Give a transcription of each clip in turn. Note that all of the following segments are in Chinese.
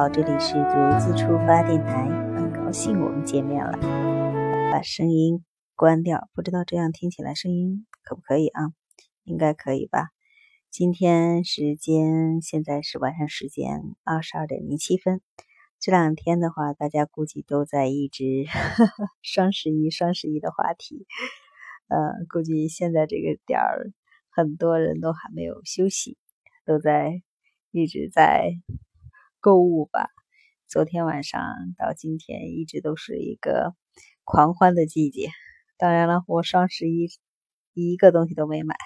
好，这里是独自出发电台，很高兴我们见面了。把声音关掉，不知道这样听起来声音可不可以啊？应该可以吧。今天时间现在是晚上时间22:07。这两天的话，大家估计都在一直双十一的话题。估计现在这个点儿，很多人都还没有休息，都一直在购物吧。昨天晚上到今天一直都是一个狂欢的季节。当然了，我双十一一个东西都没买。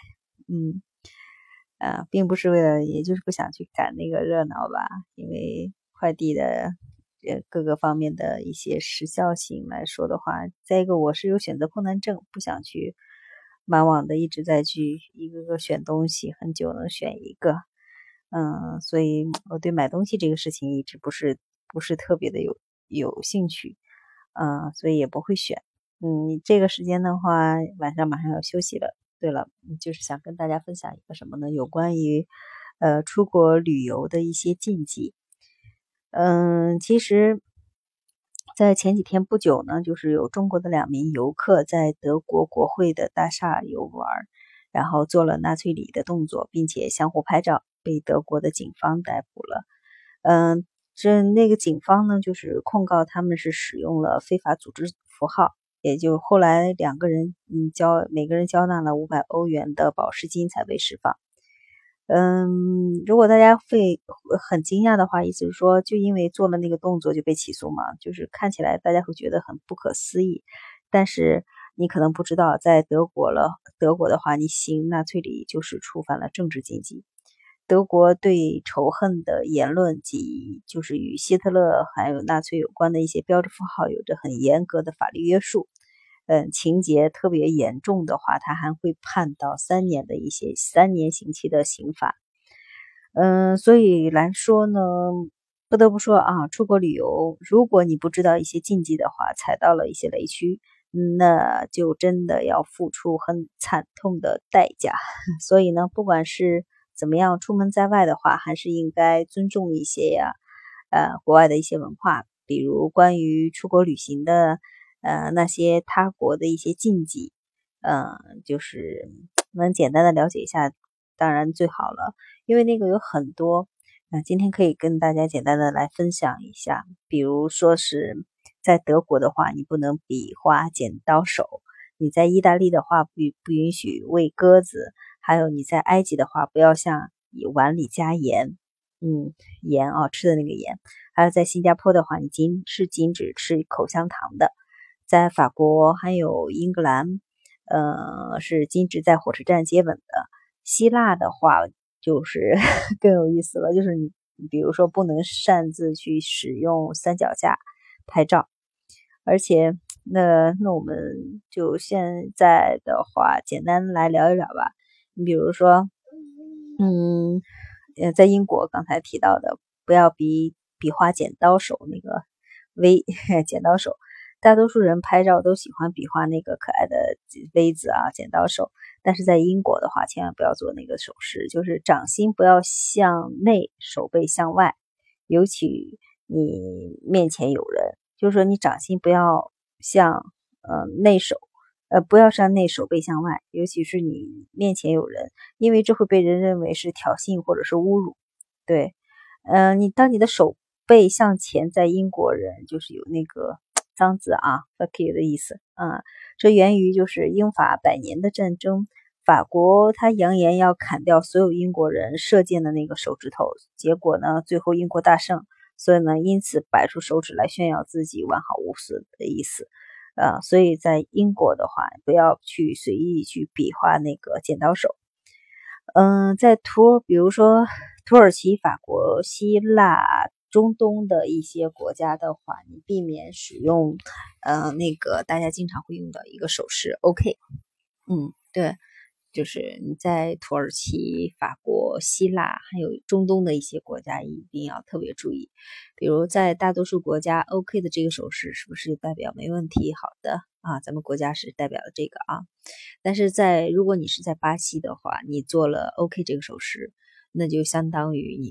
并不是为了，也就是不想去赶那个热闹吧，因为快递的各个方面的一些时效性来说的话，再一个我是有选择困难症，不想去满网的一直在去一个个选东西，很久能选一个。所以我对买东西这个事情一直不是特别的有兴趣，所以也不会选。这个时间的话，晚上马上要休息了。对了，就是想跟大家分享一个什么呢？有关于出国旅游的一些禁忌。其实在前几天不久呢，就是有中国的2名游客在德国国会的大厦游玩，然后做了纳粹礼的动作，并且相互拍照，被德国的警方逮捕了。那个警方呢，就是控告他们是使用了非法组织符号。也就后来2个人每个人交纳了500欧元的保释金才被释放。如果大家会很惊讶的话，意思是说就因为做了那个动作就被起诉嘛，就是看起来大家会觉得很不可思议。但是你可能不知道，在德国的话，你行纳粹礼就是触犯了政治禁忌。德国对仇恨的言论及就是与希特勒还有纳粹有关的一些标志符号有着很严格的法律约束。情节特别严重的话，他还会判到3年刑期的刑罚。所以来说呢，不得不说啊，出国旅游，如果你不知道一些禁忌的话，踩到了一些雷区，那就真的要付出很惨痛的代价。所以呢，不管是怎么样，出门在外的话，还是应该尊重一些呀，国外的一些文化，比如关于出国旅行的那些他国的一些禁忌，就是能简单的了解一下，当然最好了，因为那个有很多。今天可以跟大家简单的来分享一下，比如说是在德国的话，你不能比划剪刀手；你在意大利的话，不允许喂鸽子；还有你在埃及的话，不要向碗里加盐，盐吃的那个盐；还有在新加坡的话，你禁止吃口香糖的；在法国还有英格兰，是禁止在火车站接吻的。希腊的话就是更有意思了，就是你比如说不能擅自去使用三脚架拍照。而且那我们就现在的话简单来聊一聊吧。你比如说在英国刚才提到的，不要比划剪刀手那个剪刀手，大多数人拍照都喜欢比划那个可爱的 V 字啊，剪刀手。但是在英国的话，千万不要做那个手势，就是掌心不要向内，手背向外，尤其你面前有人，就是说你掌心不要向不要向内，手背向外，尤其是你面前有人，因为这会被人认为是挑衅或者是侮辱。对，当你的手背向前，在英国人就是有那个脏字啊 fuck you 的意思这源于就是英法100年的战争，法国他扬言要砍掉所有英国人射箭的那个手指头，结果呢，最后英国大胜，所以呢，因此摆出手指来炫耀自己完好无损的意思。所以在英国的话，不要去随意去比划那个剪刀手。在比如说土耳其、法国、希腊、中东的一些国家的话，你避免使用那个大家经常会用的一个手势 OK。对，就是你在土耳其、法国、希腊还有中东的一些国家一定要特别注意。比如在大多数国家 OK 的这个手势是不是就代表没问题？好的咱们国家是代表了这个但是如果你是在巴西的话，你做了 OK 这个手势，那就相当于你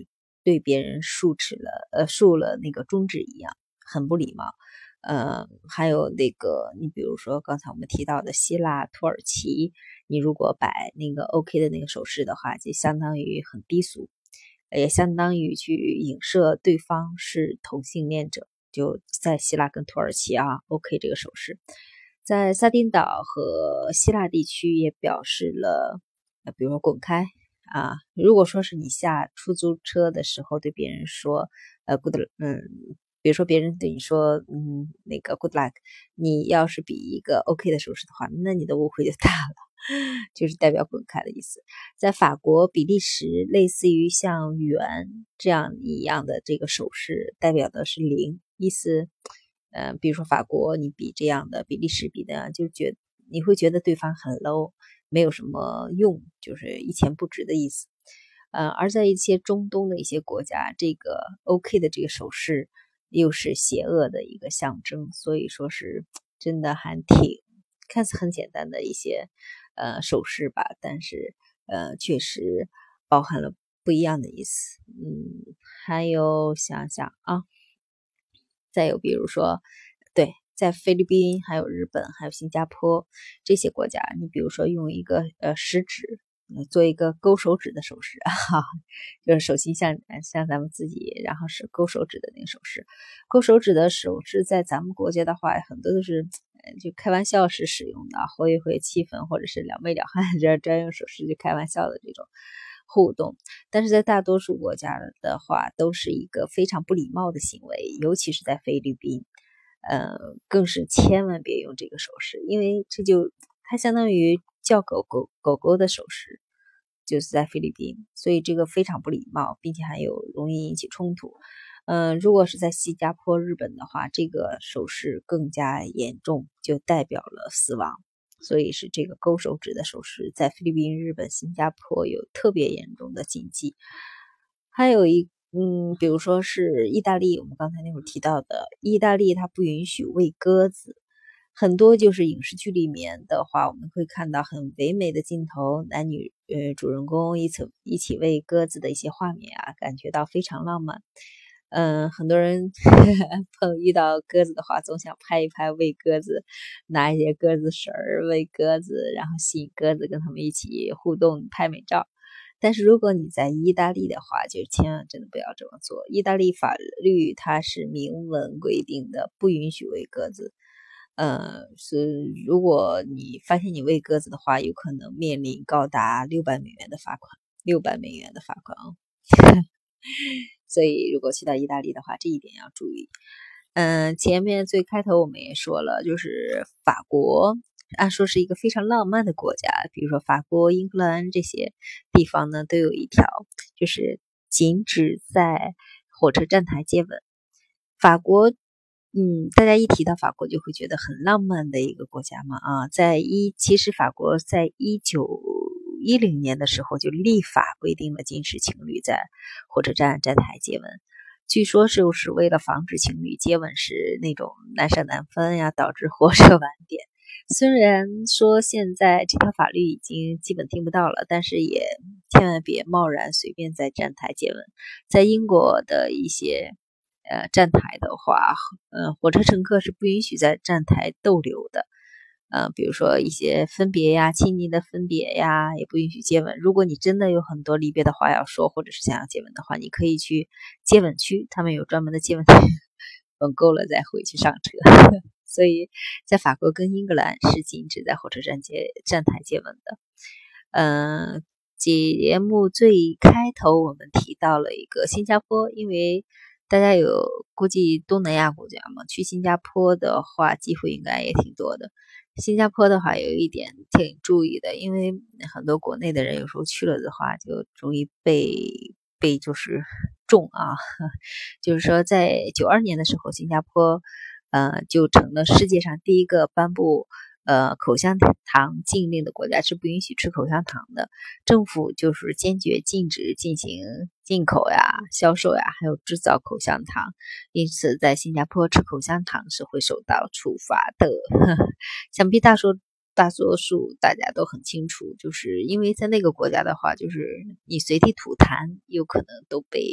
对别人竖了那个中指一样，很不礼貌。还有那个，你比如说刚才我们提到的希腊、土耳其，你如果摆那个 OK 的那个手势的话，就相当于很低俗，也相当于去影射对方是同性恋者。就在希腊跟土耳其啊 ，OK 这个手势，在撒丁岛和希腊地区也表示了，比如说滚开啊。如果说是你下出租车的时候对别人说good，比如说别人对你说那个 good luck， 你要是比一个 OK 的手势的话，那你的误会就大了，就是代表滚开的意思。在法国、比利时，类似于像圆这样一样的这个手势，代表的是零，意思，比如说法国你比这样的，比利时比的，就你会觉得对方很 low， 没有什么用，就是一钱不值的意思。而在一些中东的一些国家，这个 OK 的这个手势又是邪恶的一个象征，所以说是真的还挺看似很简单的一些手势吧，但是确实包含了不一样的意思。还有想想啊，再有比如说，对，在菲律宾、还有日本、还有新加坡这些国家，你比如说用一个食指做一个勾手指的手势哈，就是手心向咱们自己，然后是勾手指的那个手势。勾手指的手势在咱们国家的话，很多都是就开玩笑时使用的，活跃气氛，或者是两媚两汉这专用手势就开玩笑的这种互动。但是在大多数国家的话，都是一个非常不礼貌的行为，尤其是在菲律宾，更是千万别用这个手势，因为它相当于叫狗狗的手势，就是在菲律宾，所以这个非常不礼貌，并且还有容易引起冲突。如果是在新加坡、日本的话，这个手势更加严重，就代表了死亡。所以是这个勾手指的手势，在菲律宾、日本、新加坡有特别严重的禁忌。还有比如说是意大利，我们刚才那会儿提到的，意大利它不允许喂鸽子。很多就是影视剧里面的话，我们会看到很唯美的镜头，男女主人公一起喂鸽子的一些画面啊，感觉到非常浪漫。很多人遇到鸽子的话，总想拍一拍喂鸽子，拿一些鸽子食儿喂鸽子，然后吸引鸽子跟他们一起互动拍美照。但是如果你在意大利的话，就千万真的不要这么做。意大利法律它是明文规定的，不允许喂鸽子。如果你发现你喂鸽子的话，有可能面临高达$600的罚款，$600的罚款哦。所以如果去到意大利的话，这一点要注意。前面最开头我们也说了，就是法国按说是一个非常浪漫的国家，比如说法国、英格兰这些地方呢，都有一条，就是禁止在火车站台接吻。法国，大家一提到法国就会觉得很浪漫的一个国家嘛啊，其实法国在1910年的时候就立法规定了禁止情侣在火车站站台接吻。据说就是为了防止情侣接吻时那种难舍难分呀，导致火车晚点。虽然说现在这条法律已经基本听不到了，但是也千万别贸然随便在站台接吻。在英国的一些站台的话，火车乘客是不允许在站台逗留的。比如说一些分别呀、亲昵的分别呀，也不允许接吻。如果你真的有很多离别的话要说，或者是想要接吻的话，你可以去接吻区，他们有专门的接吻区，吻够了再回去上车。所以在法国跟英格兰是禁止在火车站台接吻的。节目最开头我们提到了一个新加坡，因为大家估计东南亚国家嘛，去新加坡的话机会应该也挺多的。新加坡的话有一点挺注意的，因为很多国内的人有时候去了的话就容易被就是中啊。就是说在92年的时候，新加坡就成了世界上第一个颁布口香糖禁令的国家，是不允许吃口香糖的。政府就是坚决禁止进行进口呀、销售呀，还有制造口香糖。因此，在新加坡吃口香糖是会受到处罚的。想必大多数大家都很清楚，就是因为在那个国家的话，就是你随地吐痰，有可能都被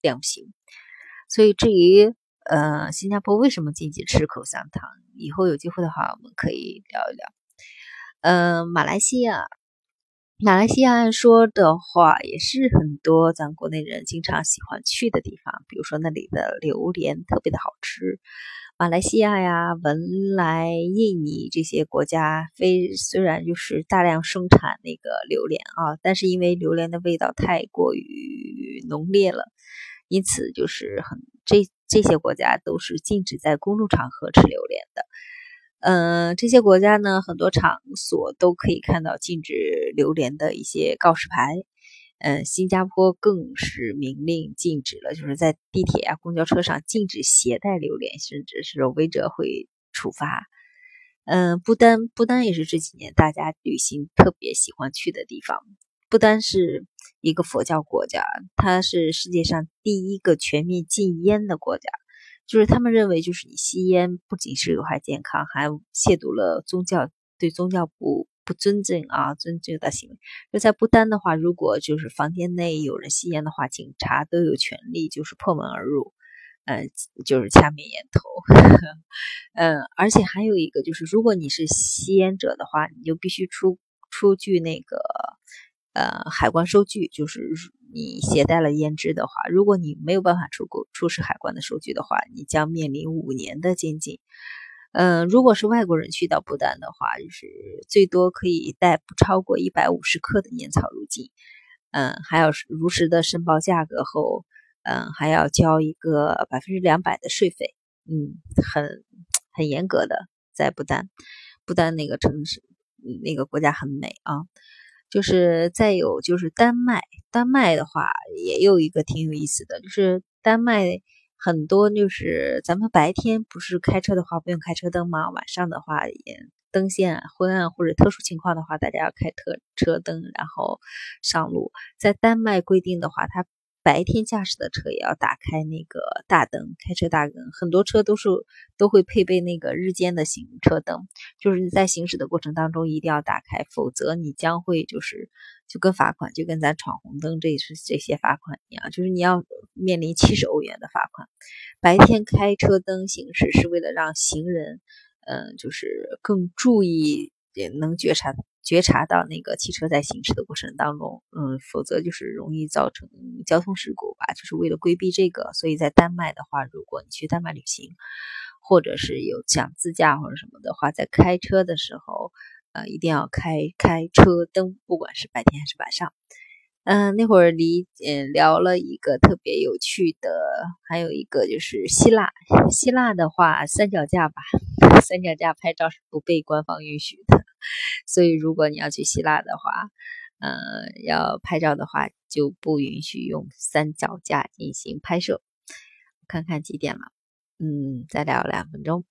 量刑。所以至于新加坡为什么禁止吃口香糖，以后有机会的话我们可以聊一聊。马来西亚按说的话也是很多咱国内人经常喜欢去的地方，比如说那里的榴莲特别的好吃。马来西亚呀、文莱、印尼这些国家虽然就是大量生产那个榴莲啊，但是因为榴莲的味道太过于浓烈了，因此就是这些国家都是禁止在公众场合吃榴莲的。这些国家呢，很多场所都可以看到禁止榴莲的一些告示牌。新加坡更是明令禁止了，就是在地铁啊、公交车上禁止携带榴莲，甚至是违者会处罚。不丹也是这几年大家旅行特别喜欢去的地方。不丹是一个佛教国家，它是世界上第一个全面禁烟的国家。就是他们认为，就是你吸烟不仅是有害健康，还亵渎了对宗教不尊敬的行为。就在不丹的话，如果就是房间内有人吸烟的话，警察都有权利就是破门而入，就是掐灭烟头。而且还有一个就是，如果你是吸烟者的话，你就必须出具那个海关收据，就是你携带了胭脂的话，如果你没有办法出示海关的收据的话，你将面临5年的监禁。如果是外国人去到不丹的话，就是最多可以带不超过150克的烟草入境。还要如实的申报价格后，还要交一个200%的税费。很严格的，在不丹那个城市，那个国家很美啊。就是再有就是丹麦的话也有一个挺有意思的，就是丹麦很多就是咱们白天不是开车的话不用开车灯吗？晚上的话也灯线昏暗或者特殊情况的话，大家要开车灯然后上路。在丹麦规定的话，它白天驾驶的车也要打开那个大灯，开车大灯，很多车都会配备那个日间的行车灯，就是你在行驶的过程当中一定要打开，否则你将会就跟罚款，就跟咱闯红灯这些罚款一样，就是你要面临70欧元的罚款。白天开车灯行驶是为了让行人就是更注意，也能觉察到那个汽车在行驶的过程当中，否则就是容易造成交通事故吧。就是为了规避这个，所以在丹麦的话，如果你去丹麦旅行，或者是有想自驾或者什么的话，在开车的时候，一定要开车灯，不管是白天还是晚上。那会儿聊了一个特别有趣的，还有一个就是希腊。希腊的话，三脚架拍照是不被官方允许的，所以如果你要去希腊的话，要拍照的话就不允许用三脚架进行拍摄。看看几点了，再聊2分钟。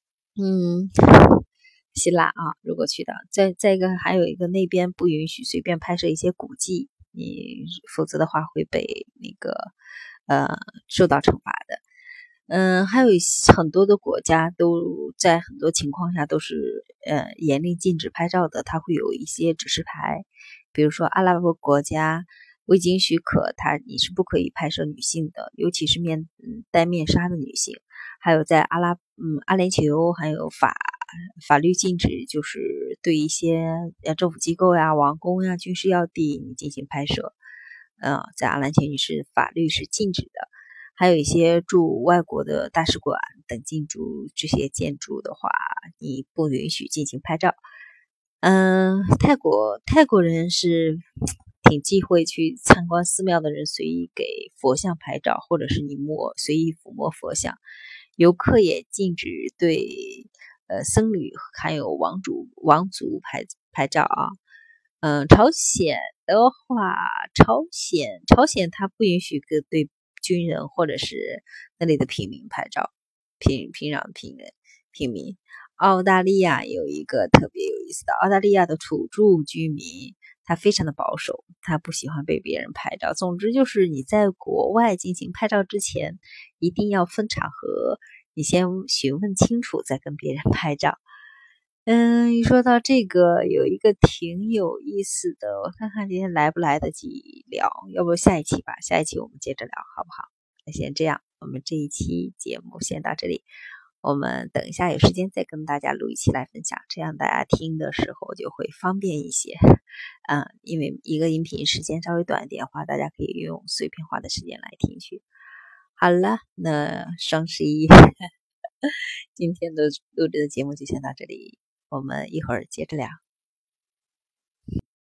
希腊啊，如果去到再一个还有一个那边不允许随便拍摄一些古迹，你否则的话会被那个受到惩罚的。还有很多的国家都在很多情况下都是严令禁止拍照的，它会有一些指示牌，比如说阿拉伯国家未经许可，你是不可以拍摄女性的，尤其是戴面纱的女性。还有在阿联酋还有法律禁止，就是对一些政府机构呀、王宫呀、军事要地你进行拍摄。在阿联酋法律是禁止的。还有一些驻外国的大使馆等进驻这些建筑的话，你不允许进行拍照。泰国人是挺忌讳去参观寺庙的人随意给佛像拍照，或者是你随意抚摸佛像。游客也禁止对僧侣还有王族拍照啊。朝鲜的话，朝鲜它不允许对军人或者是那里的平民拍照，平壤平民。澳大利亚有一个特别有意思的，澳大利亚的土著居民他非常的保守，他不喜欢被别人拍照。总之就是你在国外进行拍照之前，一定要分场合，你先询问清楚再跟别人拍照。一说到这个，有一个挺有意思的，我看看今天来不来得及聊，要不下一期吧，下一期我们接着聊好不好？ 那先这样，我们这一期节目先到这里，我们等一下有时间再跟大家录一期来分享，这样大家听的时候就会方便一些。因为一个音频时间稍微短一点的话，大家可以用碎片化的时间来听去。好了，那双11今天的录制的节目就先到这里，我们一会儿接着聊。